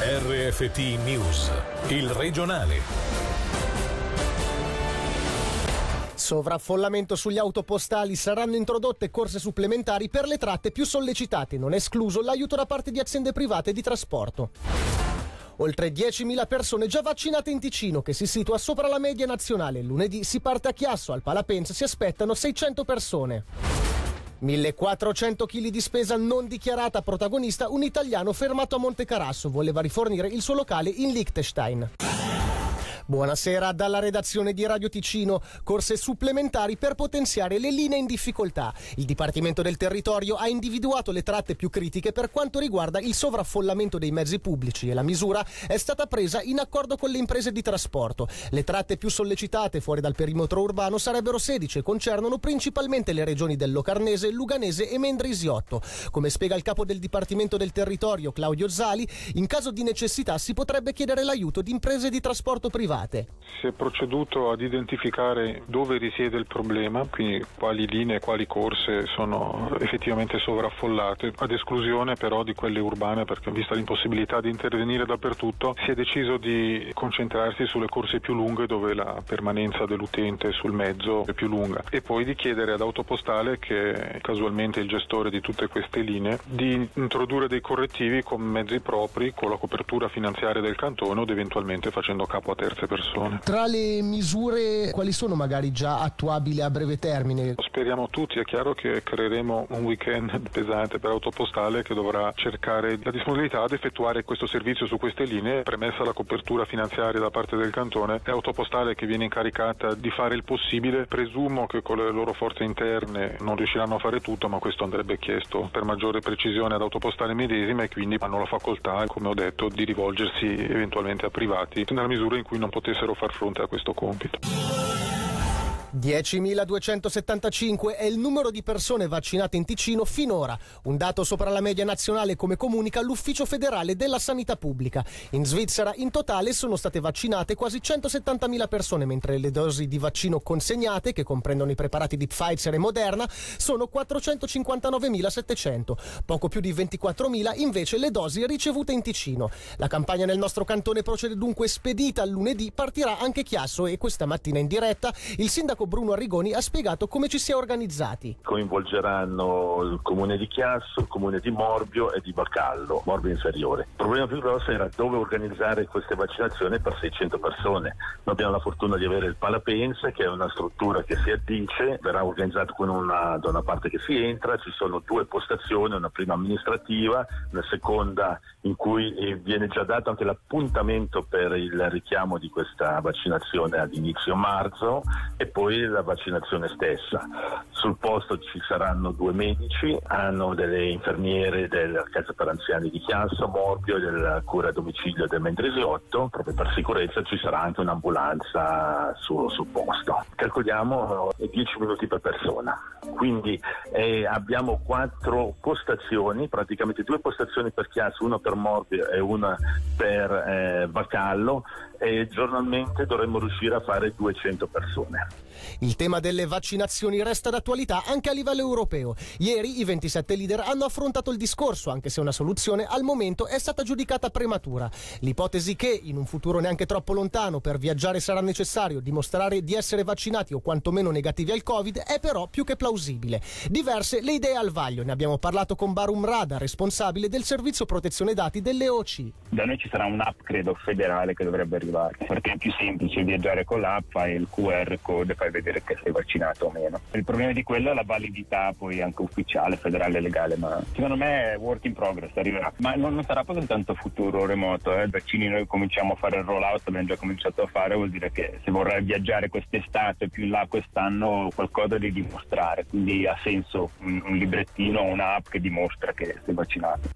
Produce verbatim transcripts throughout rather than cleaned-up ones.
R F T News, il regionale. Sovraffollamento sugli autopostali, saranno introdotte corse supplementari per le tratte più sollecitate, non escluso l'aiuto da parte di aziende private di trasporto. Oltre diecimila persone già vaccinate in Ticino, che si situa sopra la media nazionale. Lunedì si parte a Chiasso, al Palapensa si aspettano seicento persone. millequattrocento chili di spesa non dichiarata, protagonista un italiano fermato a Montecarasso, voleva rifornire il suo locale in Liechtenstein. Buonasera dalla redazione di Radio Ticino. Corse supplementari per potenziare le linee in difficoltà. Il Dipartimento del Territorio ha individuato le tratte più critiche per quanto riguarda il sovraffollamento dei mezzi pubblici e la misura è stata presa in accordo con le imprese di trasporto. Le tratte più sollecitate fuori dal perimetro urbano sarebbero sedici e concernono principalmente le regioni del Locarnese, Luganese e Mendrisiotto. Come spiega il capo del Dipartimento del Territorio, Claudio Zali, in caso di necessità si potrebbe chiedere l'aiuto di imprese di trasporto private. Si è proceduto ad identificare dove risiede il problema, quindi quali linee, quali corse sono effettivamente sovraffollate, ad esclusione però di quelle urbane, perché vista l'impossibilità di intervenire dappertutto si è deciso di concentrarsi sulle corse più lunghe dove la permanenza dell'utente sul mezzo è più lunga, e poi di chiedere ad Autopostale, che è casualmente il gestore di tutte queste linee, di introdurre dei correttivi con mezzi propri, con la copertura finanziaria del cantone ed eventualmente facendo capo a terze persone. Tra le misure, quali sono magari già attuabili a breve termine? Speriamo tutti, è chiaro che creeremo un weekend pesante per Autopostale, che dovrà cercare la disponibilità ad effettuare questo servizio su queste linee, premessa la copertura finanziaria da parte del cantone. È Autopostale che viene incaricata di fare il possibile. Presumo che con le loro forze interne non riusciranno a fare tutto, ma questo andrebbe chiesto per maggiore precisione ad Autopostale medesima, e quindi hanno la facoltà, come ho detto, di rivolgersi eventualmente a privati nella misura in cui non potessero far fronte a questo compito. diecimiladuecentosettantacinque è il numero di persone vaccinate in Ticino finora, un dato sopra la media nazionale, come comunica l'Ufficio federale della sanità pubblica. In Svizzera in totale sono state vaccinate quasi centosettantamila persone, mentre le dosi di vaccino consegnate, che comprendono i preparati di Pfizer e Moderna, sono quattrocentocinquantanovemilasettecento, poco più di ventiquattromila invece le dosi ricevute in Ticino. La campagna nel nostro cantone procede dunque spedita. Lunedì partirà anche Chiasso e questa mattina in diretta il sindaco Bruno Arrigoni ha spiegato come ci si è organizzati. Coinvolgeranno il comune di Chiasso, il comune di Morbio e di Bacallo, Morbio inferiore. Il problema più grosso era dove organizzare queste vaccinazioni per seicento persone. Noi abbiamo la fortuna di avere il Palapensa, che è una struttura che si addice, verrà organizzato con una, da una parte che si entra, ci sono due postazioni, una prima amministrativa, una seconda in cui viene già dato anche l'appuntamento per il richiamo di questa vaccinazione ad inizio marzo, e poi la vaccinazione stessa. Sul posto ci saranno due medici, hanno delle infermiere della casa per anziani di Chiasso, Morbio, della cura a domicilio del Mendrisiotto. Proprio per sicurezza ci sarà anche un'ambulanza sul, sul posto. Calcoliamo dieci minuti per persona, quindi eh, abbiamo quattro postazioni, praticamente due postazioni per Chiasso, una per Morbio e una per eh, Bacallo, e giornalmente dovremmo riuscire a fare duecento persone. Il tema delle vaccinazioni resta d'attualità anche a livello europeo. Ieri i ventisette leader hanno affrontato il discorso, anche se una soluzione al momento è stata giudicata prematura. L'ipotesi che in un futuro neanche troppo lontano per viaggiare sarà necessario dimostrare di essere vaccinati o quantomeno negativi al Covid è però più che plausibile. Diverse le idee al vaglio, ne abbiamo parlato con Barum Rada, responsabile del servizio protezione dati dell'E O C. Da noi ci sarà un'app, credo, federale che dovrebbe arrivare, perché è più semplice viaggiare con l'app, fai il Q R code e fai vedere che sei vaccinato o meno. Il problema di quello è la validità poi anche ufficiale, federale, legale, ma secondo me è work in progress, arriverà. Ma non, non sarà poi tanto futuro remoto, eh. I vaccini noi cominciamo a fare il rollout, abbiamo già cominciato a fare, vuol dire che se vorrai viaggiare quest'estate più in là quest'anno qualcosa di dimostrare, quindi ha senso un, un librettino o un'app che dimostra che sei vaccinato.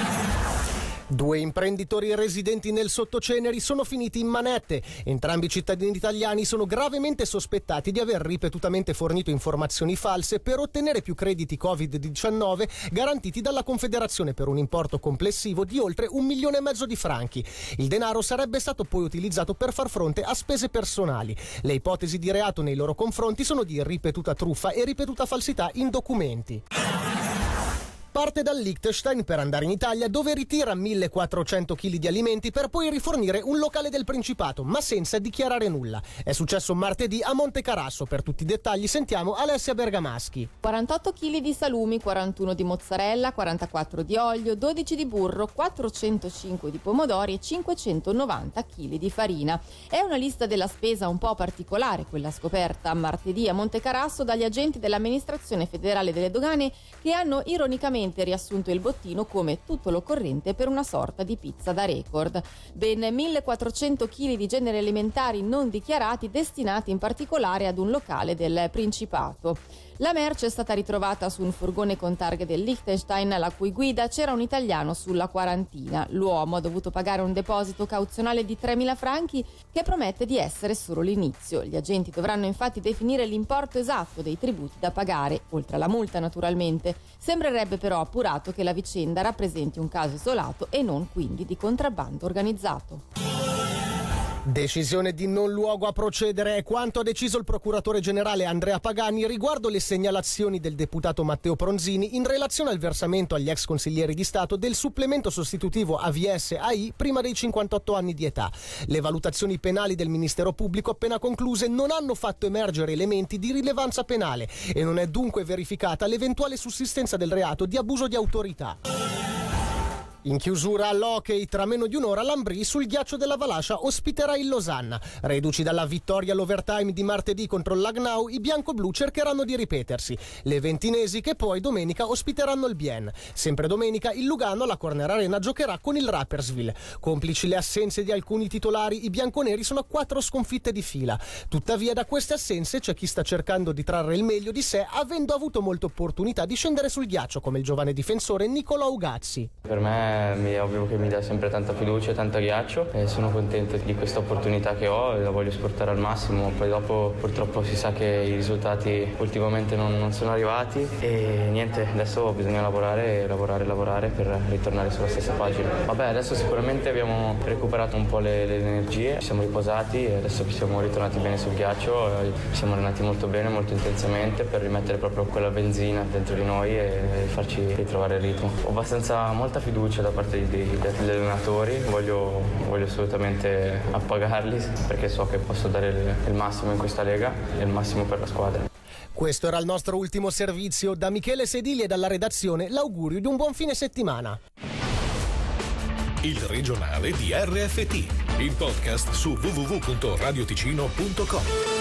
Due imprenditori residenti nel Sottoceneri sono finiti in manette. Entrambi cittadini italiani sono gravemente sospettati di aver ripetutamente fornito informazioni false per ottenere più crediti covid diciannove garantiti dalla Confederazione per un importo complessivo di oltre un milione e mezzo di franchi. Il denaro sarebbe stato poi utilizzato per far fronte a spese personali. Le ipotesi di reato nei loro confronti sono di ripetuta truffa e ripetuta falsità in documenti. parte dal Liechtenstein per andare in Italia, dove ritira millequattrocento chili di alimenti per poi rifornire un locale del Principato, ma senza dichiarare nulla. È successo martedì a Montecarasso. Per tutti i dettagli sentiamo Alessia Bergamaschi. quarantotto chili di salumi, quarantuno di mozzarella, quarantaquattro di olio, dodici di burro, quattrocentocinque di pomodori e cinquecentonovanta chili di farina. È una lista della spesa un po' particolare, quella scoperta martedì a Montecarasso dagli agenti dell'amministrazione federale delle dogane, che hanno ironicamente riassunto il bottino come tutto l'occorrente per una sorta di pizza da record. Ben millequattrocento chili di generi alimentari non dichiarati, destinati in particolare ad un locale del Principato. La merce è stata ritrovata su un furgone con targhe del Liechtenstein, alla cui guida c'era un italiano sulla quarantina. L'uomo ha dovuto pagare un deposito cauzionale di tremila franchi che promette di essere solo l'inizio. Gli agenti dovranno infatti definire l'importo esatto dei tributi da pagare, oltre alla multa naturalmente. Sembrerebbe però appurato che la vicenda rappresenti un caso isolato e non quindi di contrabbando organizzato. Decisione di non luogo a procedere è quanto ha deciso il procuratore generale Andrea Pagani riguardo le segnalazioni del deputato Matteo Pronzini in relazione al versamento agli ex consiglieri di Stato del supplemento sostitutivo A V S A I prima dei cinquantotto anni di età. Le valutazioni penali del Ministero Pubblico appena concluse non hanno fatto emergere elementi di rilevanza penale e non è dunque verificata l'eventuale sussistenza del reato di abuso di autorità. In chiusura all'hockey, tra meno di un'ora l'Ambrì sul ghiaccio della Valascia ospiterà il Losanna. Reduci dalla vittoria all'overtime di martedì contro il Langnau, i bianco-blu cercheranno di ripetersi. Le ventinesi che poi domenica ospiteranno il Bien. Sempre domenica il Lugano alla Corner Arena giocherà con il Rapperswil. Complici le assenze di alcuni titolari, i bianconeri sono a quattro sconfitte di fila. Tuttavia da queste assenze c'è chi sta cercando di trarre il meglio di sé, avendo avuto molte opportunità di scendere sul ghiaccio, come il giovane difensore Nicolò Ugazzi. Per me è ovvio che mi dà sempre tanta fiducia e tanto ghiaccio e sono contento di questa opportunità che ho e la voglio sfruttare al massimo. Poi dopo purtroppo si sa che i risultati ultimamente non, non sono arrivati e niente, adesso bisogna lavorare, lavorare, lavorare per ritornare sulla stessa pagina. Vabbè, adesso sicuramente abbiamo recuperato un po' le, le energie, ci siamo riposati e adesso che siamo ritornati bene sul ghiaccio ci siamo allenati molto bene, molto intensamente per rimettere proprio quella benzina dentro di noi e farci ritrovare il ritmo. Ho abbastanza molta fiducia da parte degli allenatori, voglio, voglio assolutamente appagarli perché so che posso dare il, il massimo in questa lega e il massimo per la squadra. Questo era il nostro ultimo servizio. Da Michele Sedili e dalla redazione l'augurio di un buon fine settimana. Il regionale di R F T, il podcast su w w w punto radioticino punto com.